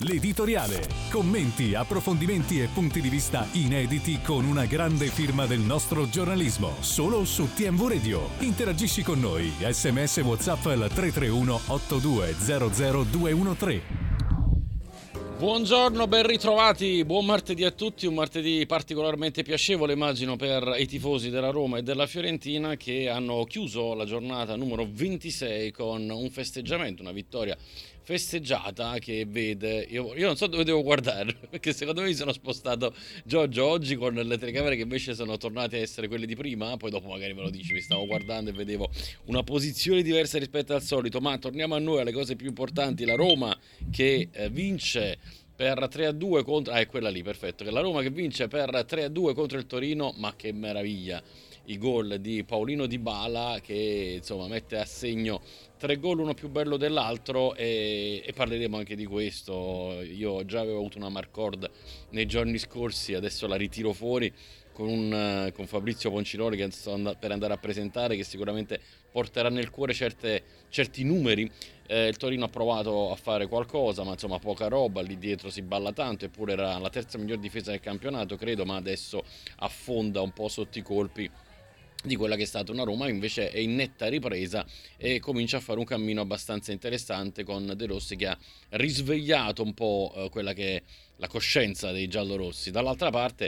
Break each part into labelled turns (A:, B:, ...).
A: L'editoriale. Commenti, approfondimenti e punti di vista inediti con una grande firma del nostro giornalismo. Solo su TMV Radio. Interagisci con noi. SMS WhatsApp al 331 8200 213.
B: Buongiorno, ben ritrovati, buon martedì a tutti, un martedì particolarmente piacevole immagino per i tifosi della Roma e della Fiorentina che hanno chiuso la giornata numero 26 con un festeggiamento, una vittoria festeggiata che vede, io non so dove devo guardare perché secondo me mi sono spostato Giorgio oggi con le telecamere che invece sono tornate a essere quelle di prima, poi dopo magari me lo dici, mi stavo guardando e vedevo una posizione diversa rispetto al solito, ma torniamo a noi, alle cose più importanti. La Roma che vince per 3-2 contro... è quella lì, perfetto, che la Roma che vince per 3-2 contro il Torino, ma che meraviglia, i gol di Paolino Dybala che insomma mette a segno 3 gol, uno più bello dell'altro, e parleremo anche di questo. Io già avevo avuto una marcord nei giorni scorsi, adesso la ritiro fuori con Fabrizio Poncilori che sto per andare a presentare, che sicuramente porterà nel cuore certi numeri. Il Torino ha provato a fare qualcosa, ma insomma poca roba, lì dietro si balla tanto, eppure era la terza miglior difesa del campionato credo, ma adesso affonda un po' sotto i colpi di quella che è stata una Roma che invece è in netta ripresa e comincia a fare un cammino abbastanza interessante con De Rossi che ha risvegliato un po' quella che è la coscienza dei giallorossi. Dall'altra parte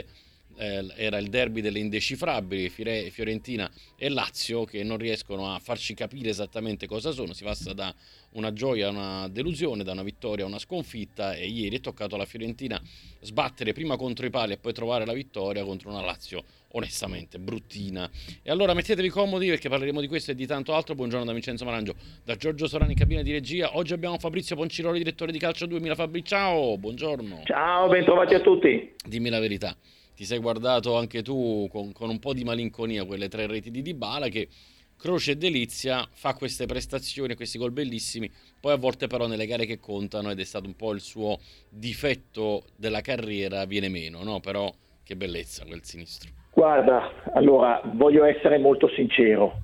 B: era il derby delle indecifrabili, Fiorentina e Lazio, che non riescono a farci capire esattamente cosa sono. Si passa da una gioia a una delusione, da una vittoria a una sconfitta, e ieri è toccato alla Fiorentina sbattere prima contro i pali e poi trovare la vittoria contro una Lazio onestamente bruttina. E allora mettetevi comodi perché parleremo di questo e di tanto altro. Buongiorno da Vincenzo Marangio, da Giorgio Sorani in cabina di regia. Oggi abbiamo Fabrizio Poncilori, direttore di Calcio 2000. Fabri, ciao, buongiorno.
C: Ciao, bentrovati a tutti.
B: Dimmi la verità, ti sei guardato anche tu con un po' di malinconia quelle 3 reti di Dybala che, croce e delizia, fa queste prestazioni, questi gol bellissimi, poi a volte però nelle gare che contano, ed è stato un po' il suo difetto della carriera, viene meno, no? Però che bellezza quel sinistro.
C: Guarda, allora voglio essere molto sincero,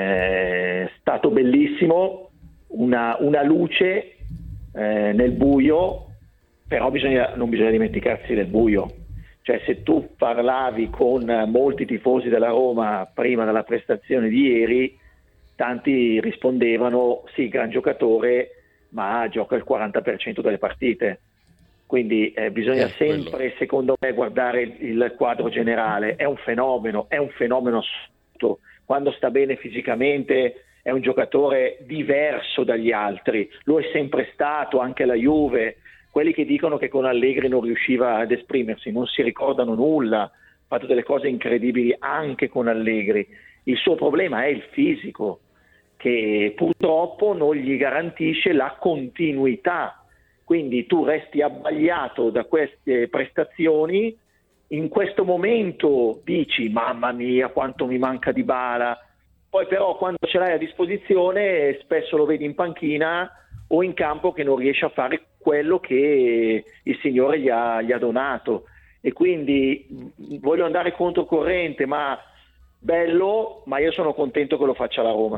C: è stato bellissimo, una luce nel buio, però non bisogna dimenticarsi del buio. Cioè, se tu parlavi con molti tifosi della Roma prima della prestazione di ieri, tanti rispondevano sì, gran giocatore, ma gioca il 40% delle partite. Quindi bisogna sempre, secondo me, guardare il quadro generale. È un fenomeno assoluto. Quando sta bene fisicamente è un giocatore diverso dagli altri. Lo è sempre stato, anche la Juve. Quelli che dicono che con Allegri non riusciva ad esprimersi non si ricordano nulla. Ha fatto delle cose incredibili anche con Allegri. Il suo problema è il fisico, che purtroppo non gli garantisce la continuità. Quindi tu resti abbagliato da queste prestazioni, in questo momento dici mamma mia quanto mi manca Dybala, poi però quando ce l'hai a disposizione spesso lo vedi in panchina o in campo che non riesce a fare quello che il Signore gli ha donato, e quindi voglio andare controcorrente, ma bello, ma io sono contento che lo faccia la Roma.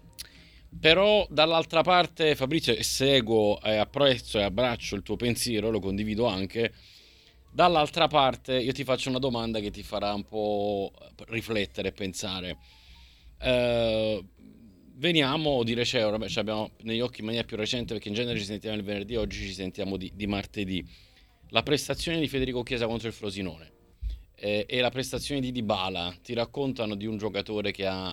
B: Però dall'altra parte, Fabrizio, seguo e apprezzo e abbraccio il tuo pensiero, lo condivido anche. Dall'altra parte io ti faccio una domanda che ti farà un po' riflettere e pensare. Veniamo di recente, ce l'abbiamo negli occhi in maniera più recente perché in genere ci sentiamo il venerdì, oggi ci sentiamo di martedì. La prestazione di Federico Chiesa contro il Frosinone e la prestazione di Dybala ti raccontano di un giocatore che ha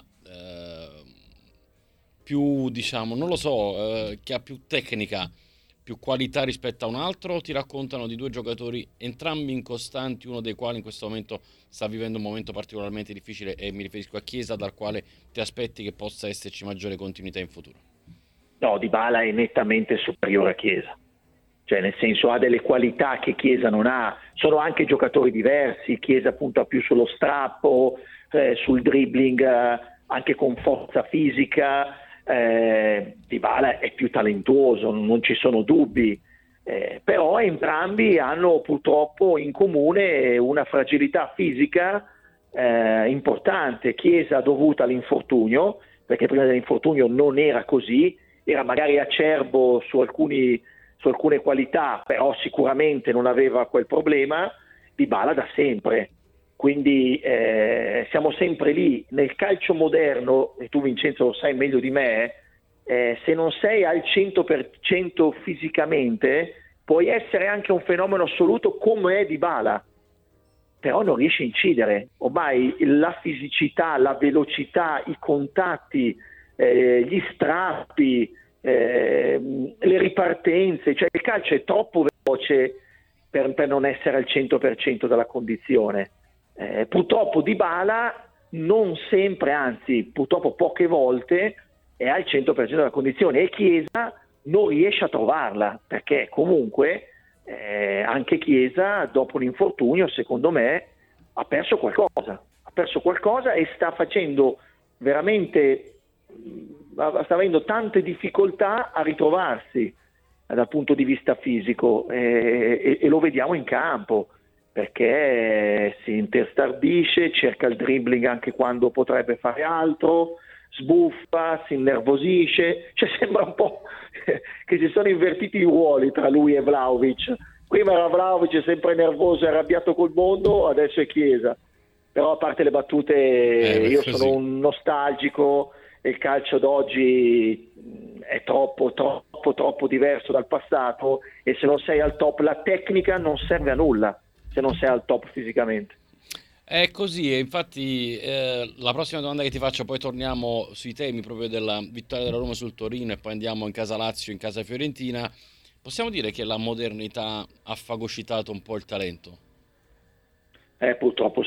B: più, diciamo, non lo so, che ha più tecnica, più qualità rispetto a un altro, o ti raccontano di 2 giocatori entrambi incostanti, uno dei quali in questo momento sta vivendo un momento particolarmente difficile, e mi riferisco a Chiesa, dal quale ti aspetti che possa esserci maggiore continuità in futuro?
C: No, Dybala è nettamente superiore a Chiesa, cioè nel senso ha delle qualità che Chiesa non ha. Sono anche giocatori diversi, Chiesa punta più sullo strappo, sul dribbling, anche con forza fisica. Dybala è più talentuoso, non ci sono dubbi, però entrambi hanno purtroppo in comune una fragilità fisica importante. Chiesa dovuta all'infortunio, perché prima dell'infortunio non era così, era magari acerbo su alcuni su alcune qualità, però sicuramente non aveva quel problema. Dybala da sempre, quindi siamo sempre lì. Nel calcio moderno, e tu Vincenzo lo sai meglio di me, se non sei al 100% fisicamente puoi essere anche un fenomeno assoluto come è Dybala, però non riesci a incidere. Ormai la fisicità, la velocità, i contatti, gli strappi, le ripartenze, cioè il calcio è troppo veloce per non essere al 100% della condizione. Purtroppo Dybala non sempre, anzi purtroppo poche volte è al 100% della condizione, e Chiesa non riesce a trovarla, perché comunque anche Chiesa dopo l'infortunio secondo me ha perso qualcosa e sta facendo veramente, sta avendo tante difficoltà a ritrovarsi dal punto di vista fisico, e lo vediamo in campo, perché si interstardisce, cerca il dribbling anche quando potrebbe fare altro, sbuffa, si innervosisce, cioè sembra un po' che si sono invertiti i ruoli tra lui e Vlahovic. Prima era Vlahovic sempre nervoso e arrabbiato col mondo, adesso è Chiesa. Però a parte le battute, io sono un nostalgico, e il calcio d'oggi è troppo diverso dal passato, e se non sei al top la tecnica non serve a nulla se non sei al top fisicamente.
B: È così, e infatti la prossima domanda che ti faccio, poi torniamo sui temi proprio della vittoria della Roma sul Torino e poi andiamo in casa Lazio, in casa Fiorentina. Possiamo dire che la modernità ha fagocitato un po' il talento?
C: Purtroppo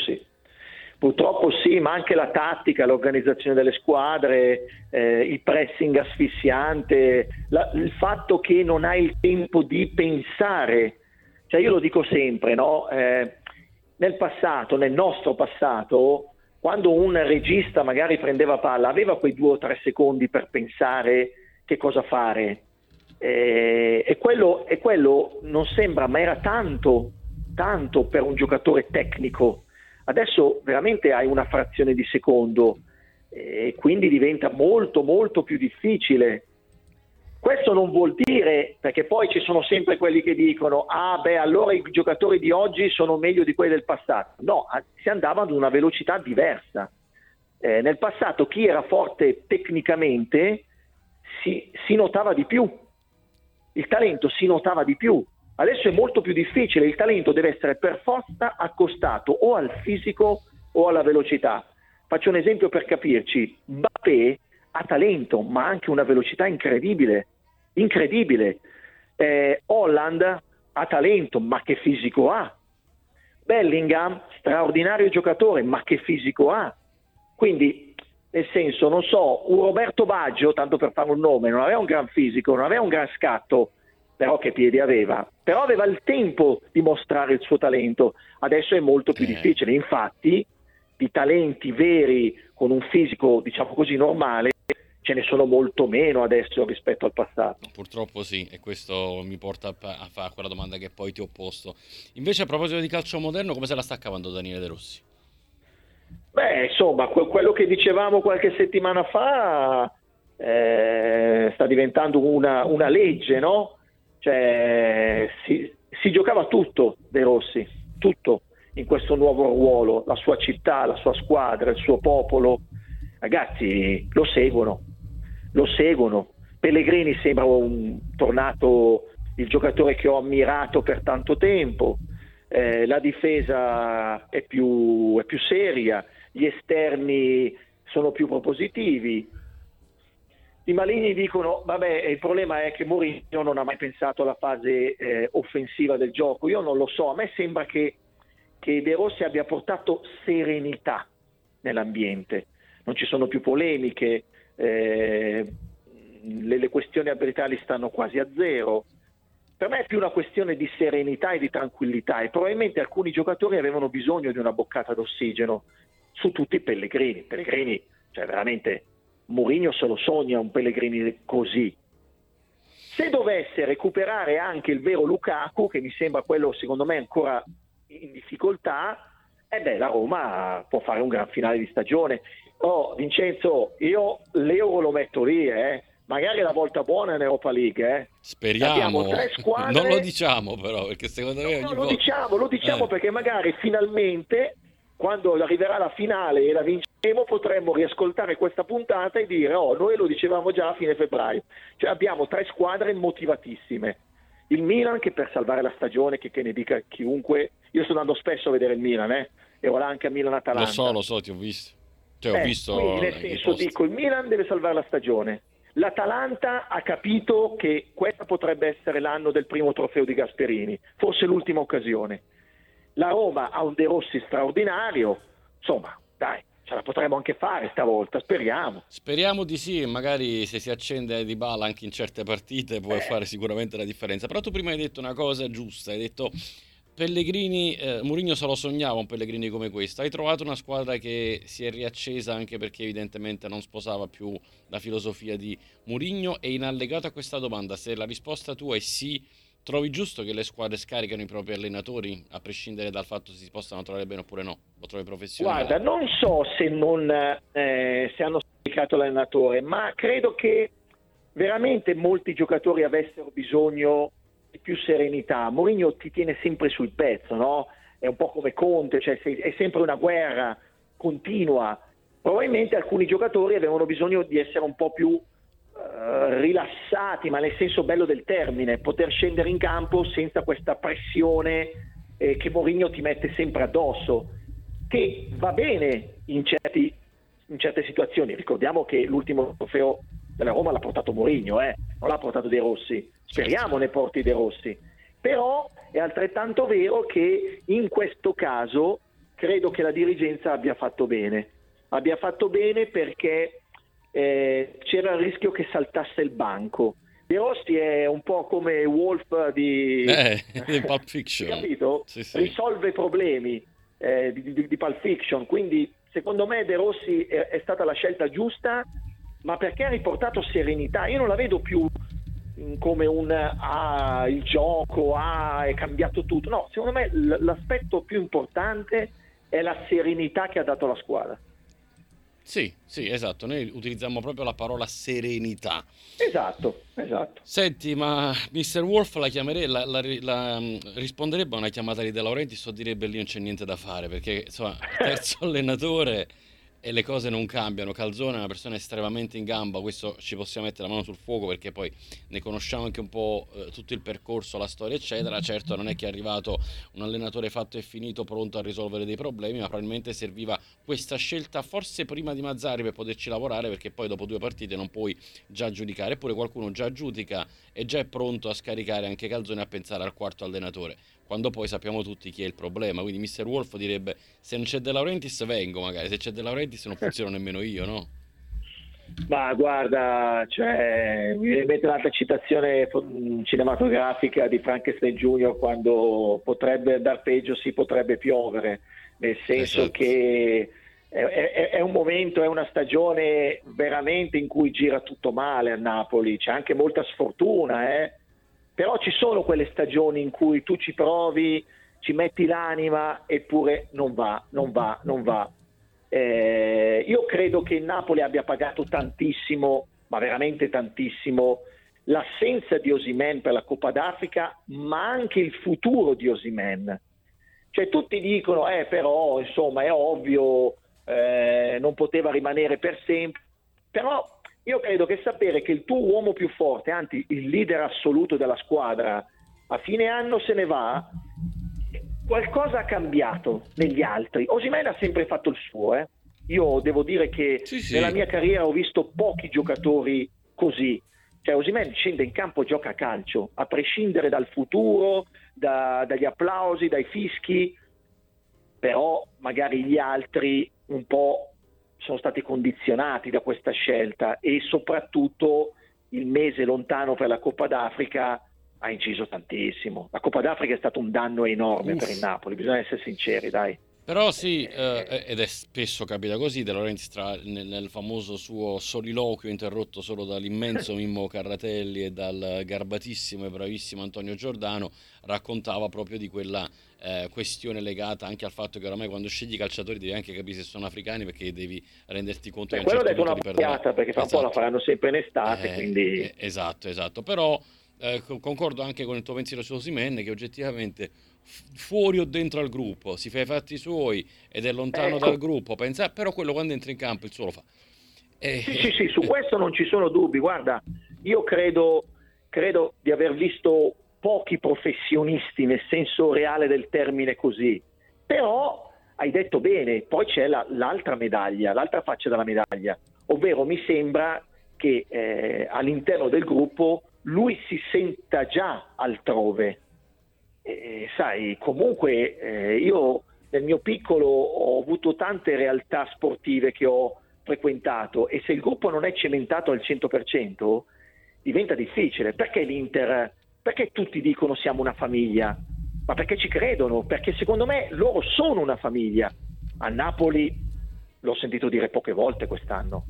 C: sì, ma anche la tattica, l'organizzazione delle squadre, il pressing asfissiante, il fatto che non hai il tempo di pensare. Cioè io lo dico sempre, no? Nel passato, nel nostro passato, quando un regista magari prendeva palla, aveva quei 2 o 3 secondi per pensare che cosa fare, e quello non sembra, ma era tanto per un giocatore tecnico. Adesso veramente hai una frazione di secondo, e quindi diventa molto molto più difficile. Questo non vuol dire, perché poi ci sono sempre quelli che dicono allora i giocatori di oggi sono meglio di quelli del passato. No, si andava ad una velocità diversa. Nel passato chi era forte tecnicamente si notava di più, il talento si notava di più. Adesso è molto più difficile, il talento deve essere per forza accostato o al fisico o alla velocità. Faccio un esempio per capirci: Mbappé ha talento, ma anche una velocità incredibile. Holland ha talento, ma che fisico ha. Bellingham, straordinario giocatore, ma che fisico ha. Quindi, nel senso, non so, un Roberto Baggio, tanto per fare un nome, non aveva un gran fisico, non aveva un gran scatto, però che piedi aveva? Però aveva il tempo di mostrare il suo talento. Adesso è molto più difficile. Infatti, di talenti veri con un fisico, diciamo così, normale, ce ne sono molto meno adesso rispetto al passato.
B: Purtroppo sì, e questo mi porta a fare quella domanda che poi ti ho posto. Invece, a proposito di calcio moderno, come se la sta cavando Daniele De Rossi?
C: Insomma, quello che dicevamo qualche settimana fa sta diventando una legge, no? Cioè si giocava tutto De Rossi, tutto in questo nuovo ruolo, la sua città, la sua squadra, il suo popolo. Ragazzi lo seguono. Pellegrini sembra tornato il giocatore che ho ammirato per tanto tempo. La difesa è più seria, gli esterni sono più propositivi. I maligni dicono il problema è che Mourinho non ha mai pensato alla fase offensiva del gioco. Io non lo so, a me sembra che De Rossi abbia portato serenità nell'ambiente, non ci sono più polemiche, le questioni arbitrali stanno quasi a zero. Per me è più una questione di serenità e di tranquillità, e probabilmente alcuni giocatori avevano bisogno di una boccata d'ossigeno, su tutti i Pellegrini, cioè veramente Mourinho se lo sogna un Pellegrini così. Se dovesse recuperare anche il vero Lukaku, che mi sembra quello secondo me ancora in difficoltà, la Roma può fare un gran finale di stagione. Vincenzo, io l'euro lo metto lì, magari è la volta buona in Europa League,
B: Speriamo.
C: Abbiamo 3 squadre.
B: Non lo diciamo però, perché secondo me ogni
C: lo
B: volta...
C: lo diciamo perché magari finalmente, quando arriverà la finale e la vinceremo, potremmo riascoltare questa puntata e dire: oh, noi lo dicevamo già a fine febbraio. Cioè abbiamo 3 squadre motivatissime. Il Milan, che per salvare la stagione, che ne dica chiunque, io sto andando spesso a vedere il Milan, e ora anche a Milan-Atalanta.
B: Lo so, ti ho visto. Cioè, ho visto.
C: Quindi nel senso dico, il Milan deve salvare la stagione. L'Atalanta ha capito che questa potrebbe essere l'anno del primo trofeo di Gasperini, forse l'ultima occasione. La Roma ha un De Rossi straordinario, insomma, dai, ce la potremo anche fare stavolta, speriamo.
B: Speriamo di sì, magari se si accende Dybala anche in certe partite può fare sicuramente la differenza. Però tu prima hai detto una cosa giusta, hai detto Pellegrini, Mourinho se lo sognava un Pellegrini come questo. Hai trovato una squadra che si è riaccesa anche perché evidentemente non sposava più la filosofia di Mourinho, e in allegato a questa domanda, se la risposta tua è sì, trovi giusto che le squadre scaricano i propri allenatori, a prescindere dal fatto se si possano trovare bene oppure no? Lo trovi professionale?
C: Guarda, non so se hanno scaricato l'allenatore, ma credo che veramente molti giocatori avessero bisogno di più serenità. Mourinho ti tiene sempre sul pezzo, no? È un po' come Conte, cioè è sempre una guerra continua. Probabilmente alcuni giocatori avevano bisogno di essere un po' più rilassati, ma nel senso bello del termine, poter scendere in campo senza questa pressione che Mourinho ti mette sempre addosso, che va bene in certe situazioni. Ricordiamo che l'ultimo trofeo della Roma l'ha portato Mourinho, non l'ha portato De Rossi. Speriamo ne porti De Rossi. Però è altrettanto vero che in questo caso credo che la dirigenza abbia fatto bene perché c'era il rischio che saltasse il banco. De Rossi è un po' come Wolf di
B: Pulp Fiction,
C: capito?
B: Sì.
C: Risolve problemi di Pulp Fiction, quindi secondo me De Rossi è stata la scelta giusta, ma perché ha riportato serenità. Io non la vedo più come il gioco è cambiato tutto. No, secondo me l'aspetto più importante è la serenità che ha dato la squadra.
B: Sì, esatto, noi utilizziamo proprio la parola serenità.
C: Esatto.
B: Senti, ma Mr. Wolf la chiamerei, risponderebbe a una chiamata di De Laurentiis o direbbe lì non c'è niente da fare, perché insomma, terzo allenatore e le cose non cambiano. Calzone è una persona estremamente in gamba, questo ci possiamo mettere la mano sul fuoco perché poi ne conosciamo anche un po' tutto il percorso, la storia eccetera. Certo non è che è arrivato un allenatore fatto e finito pronto a risolvere dei problemi, ma probabilmente serviva questa scelta forse prima di Mazzarri per poterci lavorare, perché poi dopo 2 partite non puoi già giudicare, eppure qualcuno già giudica e già è pronto a scaricare anche Calzone, a pensare al quarto allenatore, quando poi sappiamo tutti chi è il problema. Quindi Mr. Wolf direbbe: se non c'è De Laurentiis vengo, magari se c'è De Laurentiis non funziona nemmeno io, no?
C: Ma guarda, cioè, mi viene in mente un'altra citazione cinematografica di Frankenstein Junior, quando potrebbe andare peggio, si potrebbe piovere, nel senso che è un momento, è una stagione veramente in cui gira tutto male a Napoli, c'è anche molta sfortuna, però ci sono quelle stagioni in cui tu ci provi, ci metti l'anima eppure non va. Io credo che il Napoli abbia pagato tantissimo, ma veramente tantissimo, l'assenza di Osimhen per la Coppa d'Africa, ma anche il futuro di Osimhen. Cioè tutti dicono però insomma è ovvio, non poteva rimanere per sempre, però io credo che sapere che il tuo uomo più forte, anzi il leader assoluto della squadra, a fine anno se ne va, qualcosa ha cambiato negli altri. Osimhen ha sempre fatto il suo. Io devo dire che nella mia carriera ho visto pochi giocatori così. Cioè Osimhen scende in campo, gioca a calcio, a prescindere dal futuro, dagli applausi, dai fischi, però magari gli altri un po' sono stati condizionati da questa scelta, e soprattutto il mese lontano per la Coppa d'Africa ha inciso tantissimo. La Coppa d'Africa è stato un danno enorme per il Napoli, bisogna essere sinceri, dai.
B: Però sì, ed è spesso capita così, De Laurentiis nel famoso suo soliloquio interrotto solo dall'immenso Mimmo Carratelli e dal garbatissimo e bravissimo Antonio Giordano, raccontava proprio di quella questione legata anche al fatto che oramai quando scegli i calciatori devi anche capire se sono africani, perché devi renderti conto che a un
C: quello ho
B: certo
C: detto
B: punto
C: una
B: ti perderai.
C: boiata, perché fra un po' la faranno sempre in estate, quindi...
B: Esatto, però concordo anche con il tuo pensiero su Osimhen, che oggettivamente fuori o dentro al gruppo si fa i fatti suoi ed è lontano
C: Ecco.
B: dal gruppo, pensa, però quello quando entra in campo il suo lo fa.
C: Sì, su questo non ci sono dubbi. Guarda, io credo di aver visto pochi professionisti nel senso reale del termine così, però hai detto bene, poi c'è l'altra medaglia, l'altra faccia della medaglia, ovvero mi sembra che all'interno del gruppo lui si senta già altrove. Sai, comunque io nel mio piccolo ho avuto tante realtà sportive che ho frequentato, e se il gruppo non è cementato al 100% diventa difficile. Perché l'Inter, perché tutti dicono siamo una famiglia? Ma perché ci credono, perché secondo me loro sono una famiglia. A Napoli l'ho sentito dire poche volte quest'anno.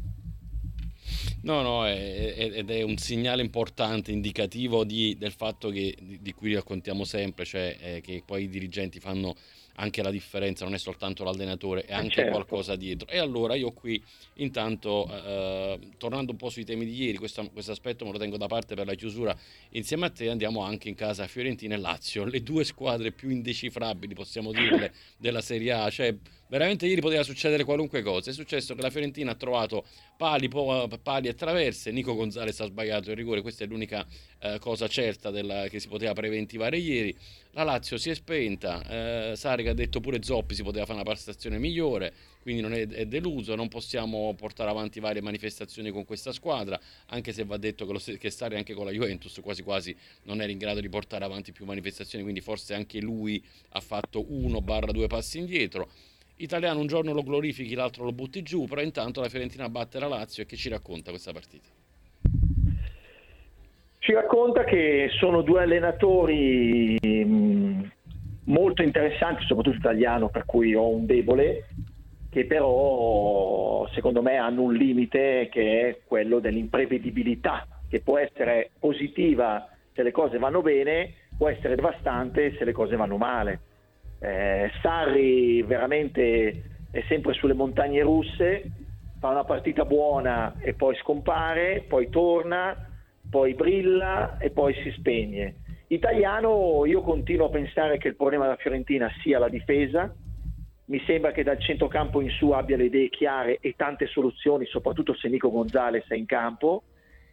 B: No, ed è un segnale importante, indicativo del fatto che, di cui raccontiamo sempre, cioè che poi i dirigenti fanno anche la differenza, non è soltanto l'allenatore, è anche
C: Certo.
B: qualcosa dietro. E allora io qui intanto, tornando un po' sui temi di ieri, questo aspetto me lo tengo da parte per la chiusura, insieme a te andiamo anche in casa Fiorentina e Lazio, le due squadre più indecifrabili, possiamo dirle, della Serie A, cioè veramente ieri poteva succedere qualunque cosa. È successo che la Fiorentina ha trovato pali e traverse, Nico Gonzalez ha sbagliato il rigore, questa è l'unica cosa certa che si poteva preventivare ieri. La Lazio si è spenta, Sarri ha detto pure Zoppi si poteva fare una prestazione migliore, quindi non è deluso. Non possiamo portare avanti varie manifestazioni con questa squadra, anche se va detto che Sarri anche con la Juventus quasi quasi non era in grado di portare avanti più manifestazioni, quindi forse anche lui ha fatto 1-2 passi indietro. Italiano un giorno lo glorifichi, l'altro lo butti giù, però intanto la Fiorentina batte la Lazio. E che ci racconta questa partita?
C: Ci racconta che sono due allenatori molto interessanti, soprattutto italiano, per cui ho un debole, che però secondo me hanno un limite, che è quello dell'imprevedibilità, che può essere positiva se le cose vanno bene, può essere devastante se le cose vanno male. Sarri veramente è sempre sulle montagne russe, fa una partita buona e poi scompare, poi torna, poi brilla e poi si spegne. Italiano, io continuo a pensare che il problema della Fiorentina sia la difesa. Mi sembra che dal centrocampo in su abbia le idee chiare e tante soluzioni, soprattutto se Nico Gonzalez è in campo.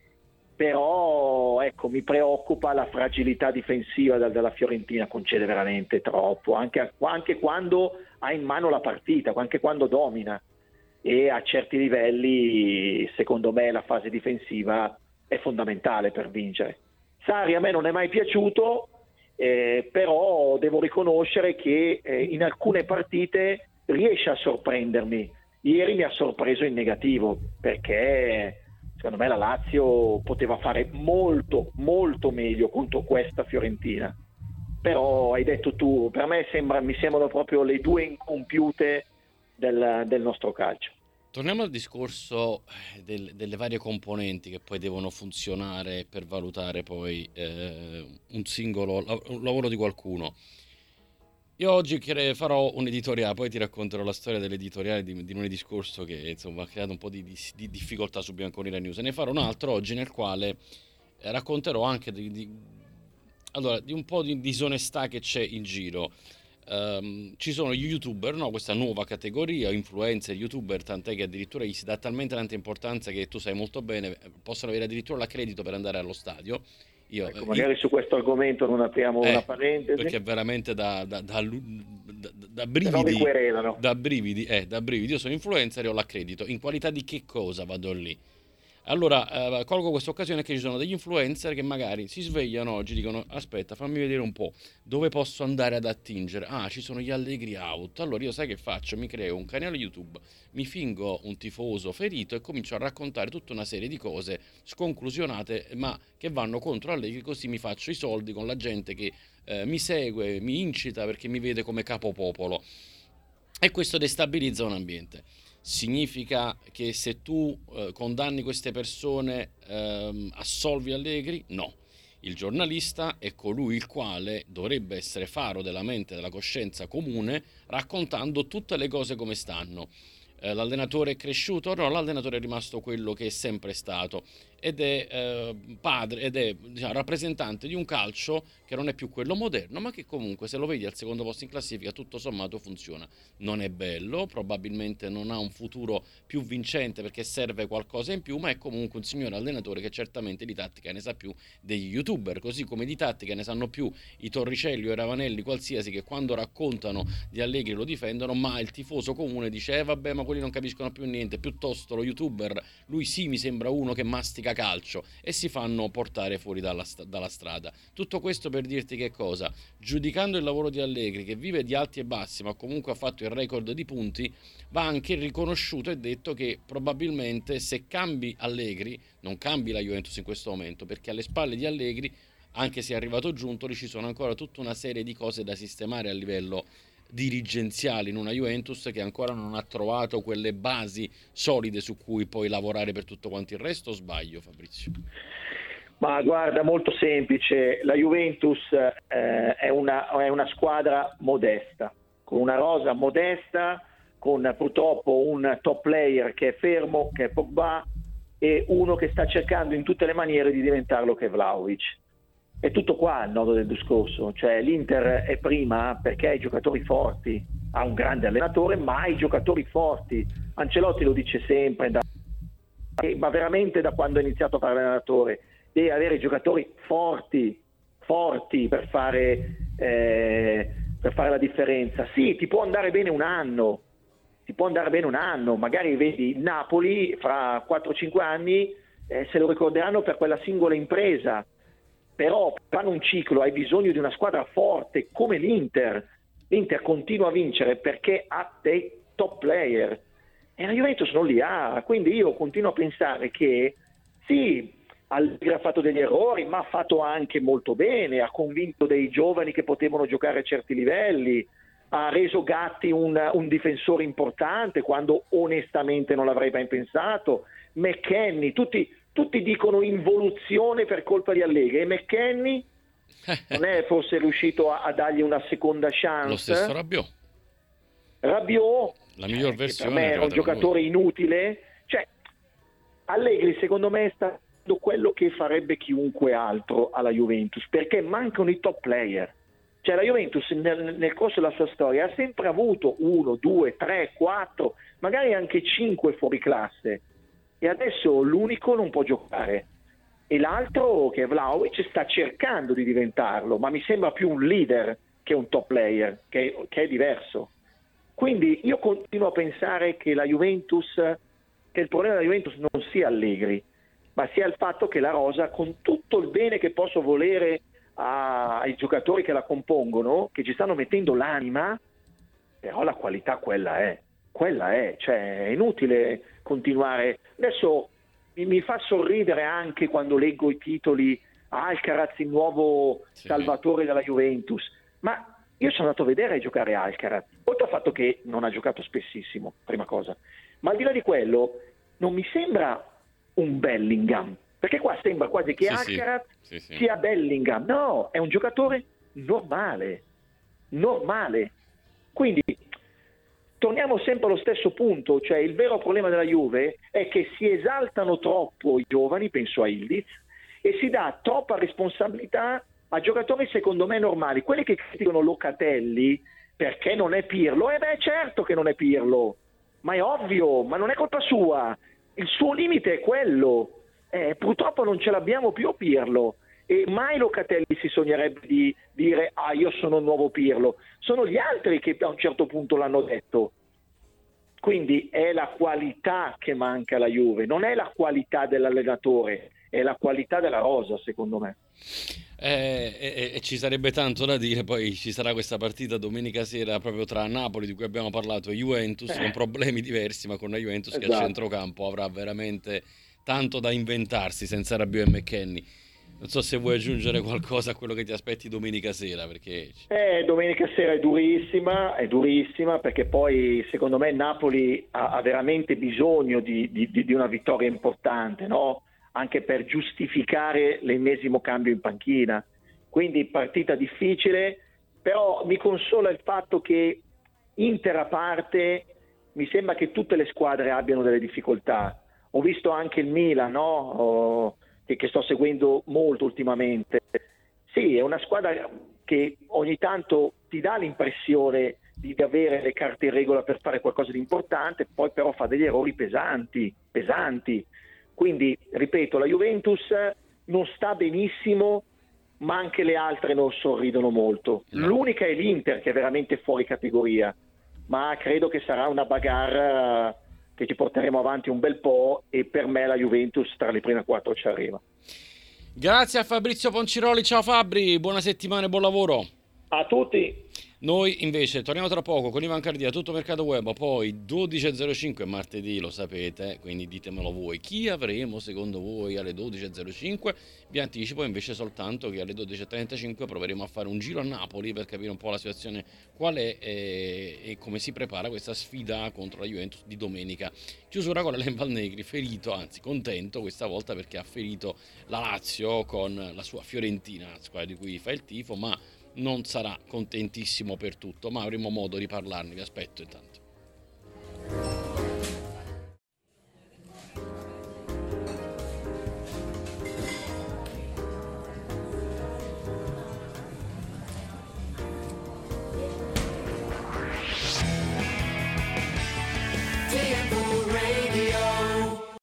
C: Però ecco, mi preoccupa la fragilità difensiva della Fiorentina, concede veramente troppo, anche quando ha in mano la partita, anche quando domina, e a certi livelli secondo me la fase difensiva è fondamentale per vincere. Sarri a me non è mai piaciuto, però devo riconoscere che in alcune partite riesce a sorprendermi. Ieri mi ha sorpreso in negativo, perché secondo me la Lazio poteva fare molto molto meglio contro questa Fiorentina. Però hai detto tu, per me mi sembrano proprio le due incompiute del nostro calcio.
B: Torniamo al discorso delle varie componenti che poi devono funzionare per valutare poi un lavoro di qualcuno. Io oggi farò un editoriale, poi ti racconterò la storia dell'editoriale di lunedì scorso, che insomma ha creato un po' di difficoltà su Bianconera News. E ne farò un altro oggi nel quale racconterò anche di un po' di disonestà che c'è in giro. Ci sono gli YouTuber, no? Questa nuova categoria, influencer, YouTuber, tant'è che addirittura gli si dà talmente tanta importanza che tu sai molto bene, possono avere addirittura l'accredito per andare allo stadio.
C: Magari su questo argomento non apriamo una parentesi,
B: perché è veramente da brividi,
C: non mi querelano.
B: da brividi. Io sono influencer e ho l'accredito. In qualità di che cosa vado lì? Allora, colgo questa occasione che ci sono degli influencer che magari si svegliano oggi, dicono aspetta, fammi vedere un po' dove posso andare ad attingere. Ah, ci sono gli Allegri Out. Allora io sai che faccio? Mi creo un canale YouTube, mi fingo un tifoso ferito e comincio a raccontare tutta una serie di cose sconclusionate, ma che vanno contro Allegri, così mi faccio i soldi con la gente che mi segue, mi incita perché mi vede come capopopolo. e questo destabilizza un ambiente. Significa che se tu condanni queste persone, assolvi Allegri? No. Il giornalista è colui il quale dovrebbe essere faro della mente, della coscienza comune, raccontando tutte le cose come stanno. L'allenatore è cresciuto? No, l'allenatore è rimasto quello che è sempre stato ed è padre ed è, diciamo, rappresentante di un calcio che non è più quello moderno, ma che comunque, se lo vedi al secondo posto in classifica, tutto sommato funziona. Non è bello, probabilmente non ha un futuro più vincente perché serve qualcosa in più, ma è comunque un signore allenatore che certamente di tattica ne sa più degli youtuber, così come di tattica ne sanno più i Torricelli o i Ravanelli qualsiasi, che quando raccontano di Allegri lo difendono, ma il tifoso comune dice vabbè, ma quelli non capiscono più niente, piuttosto lo youtuber, lui sì mi sembra uno che mastica calcio, e si fanno portare fuori dalla strada. Tutto questo per dirti che cosa? Giudicando il lavoro di Allegri, che vive di alti e bassi ma comunque ha fatto il record di punti, va anche riconosciuto e detto che probabilmente se cambi Allegri non cambi la Juventus in questo momento, perché alle spalle di Allegri, anche se è arrivato Giuntoli, ci sono ancora tutta una serie di cose da sistemare a livello dirigenziali in una Juventus che ancora non ha trovato quelle basi solide su cui poi lavorare per tutto quanto il resto. O sbaglio, Fabrizio?
C: Ma guarda, molto semplice, la Juventus è una squadra modesta, con una rosa modesta, con purtroppo un top player che è fermo, che è Pogba, e uno che sta cercando in tutte le maniere di diventarlo, che è Vlahovic. È tutto qua il nodo del discorso, cioè l'Inter è prima perché ha i giocatori forti, ha un grande allenatore ma ha i giocatori forti. Ancelotti lo dice sempre, ma veramente da quando ha iniziato a fare l'allenatore, deve avere i giocatori forti per fare la differenza. Sì, ti può andare bene un anno, magari vedi il Napoli fra 4-5 anni se lo ricorderanno per quella singola impresa. Però fanno un ciclo, hai bisogno di una squadra forte come l'Inter. L'Inter continua a vincere perché ha dei top player e la Juventus non li ha, quindi io continuo a pensare che sì, Allegri ha fatto degli errori, ma ha fatto anche molto bene, ha convinto dei giovani che potevano giocare a certi livelli, ha reso Gatti un difensore importante quando onestamente non l'avrei mai pensato. McKennie, tutti dicono involuzione per colpa di Allegri, e McKennie non è forse riuscito a dargli una seconda chance?
B: Lo stesso
C: Rabiot,
B: la miglior versione,
C: per me era un giocatore inutile. Cioè, Allegri secondo me sta facendo quello che farebbe chiunque altro alla Juventus, perché mancano i top player. Cioè la Juventus nel corso della sua storia ha sempre avuto 1, 2, 3, 4, magari anche 5 fuori classe, e adesso l'unico non può giocare e l'altro, che è Vlahovic, sta cercando di diventarlo, ma mi sembra più un leader che un top player, che è diverso. Quindi io continuo a pensare che il problema della Juventus non sia Allegri, ma sia il fatto che la rosa, con tutto il bene che posso volere ai giocatori che la compongono, che ci stanno mettendo l'anima, però la qualità quella è, cioè è inutile continuare. Adesso mi fa sorridere anche quando leggo i titoli Alcaraz, il nuovo salvatore della Juventus, ma io sono andato a vedere giocare Alcaraz, oltre al fatto che non ha giocato spessissimo, prima cosa, ma al di là di quello non mi sembra un Bellingham, perché qua sembra quasi che Alcaraz sia Bellingham. No, è un giocatore normale. Quindi torniamo sempre allo stesso punto, cioè il vero problema della Juve è che si esaltano troppo i giovani, penso a Ildiz, e si dà troppa responsabilità a giocatori secondo me normali. Quelli che criticano Locatelli perché non è Pirlo, certo che non è Pirlo, ma è ovvio, ma non è colpa sua, il suo limite è quello. Purtroppo non ce l'abbiamo più Pirlo, e mai Locatelli si sognerebbe di dire io sono il nuovo Pirlo. Sono gli altri che a un certo punto l'hanno detto. Quindi è la qualità che manca alla Juve, non è la qualità dell'allenatore, è la qualità della rosa, secondo me.
B: E ci sarebbe tanto da dire. Poi ci sarà questa partita domenica sera proprio tra Napoli, di cui abbiamo parlato, e Juventus, con problemi diversi, ma con una Juventus che a centrocampo avrà veramente tanto da inventarsi senza Rabiot e McKennie. Non so se vuoi aggiungere qualcosa a quello che ti aspetti domenica sera, perché...
C: Domenica sera è durissima perché poi secondo me il Napoli ha veramente bisogno di una vittoria importante, no? Anche per giustificare l'ennesimo cambio in panchina. Quindi partita difficile, però mi consola il fatto che Inter a parte mi sembra che tutte le squadre abbiano delle difficoltà. Ho visto anche il Milan, no? Che sto seguendo molto ultimamente. Sì, è una squadra che ogni tanto ti dà l'impressione di avere le carte in regola per fare qualcosa di importante, poi però fa degli errori pesanti. Quindi, ripeto, la Juventus non sta benissimo, ma anche le altre non sorridono molto.
B: No.
C: L'unica è l'Inter, che è veramente fuori categoria, ma credo che sarà una bagarre che ci porteremo avanti un bel po', e per me la Juventus tra le prime 4 ci arriva.
B: Grazie a Fabrizio Ponciroli, ciao Fabri, buona settimana e buon lavoro.
C: A tutti!
B: Noi invece torniamo tra poco con Ivan Cardia, tutto mercato web, poi 12.05 martedì, lo sapete, quindi ditemelo voi. Chi avremo secondo voi alle 12.05? Vi anticipo invece soltanto che alle 12.35 proveremo a fare un giro a Napoli per capire un po' la situazione qual è e come si prepara questa sfida contro la Juventus di domenica. Chiusura con l'Alen Valnegri, ferito, anzi contento questa volta perché ha ferito la Lazio con la sua Fiorentina, la squadra di cui fa il tifo, ma non sarà contentissimo per tutto, ma avremo modo di parlarne, vi aspetto intanto.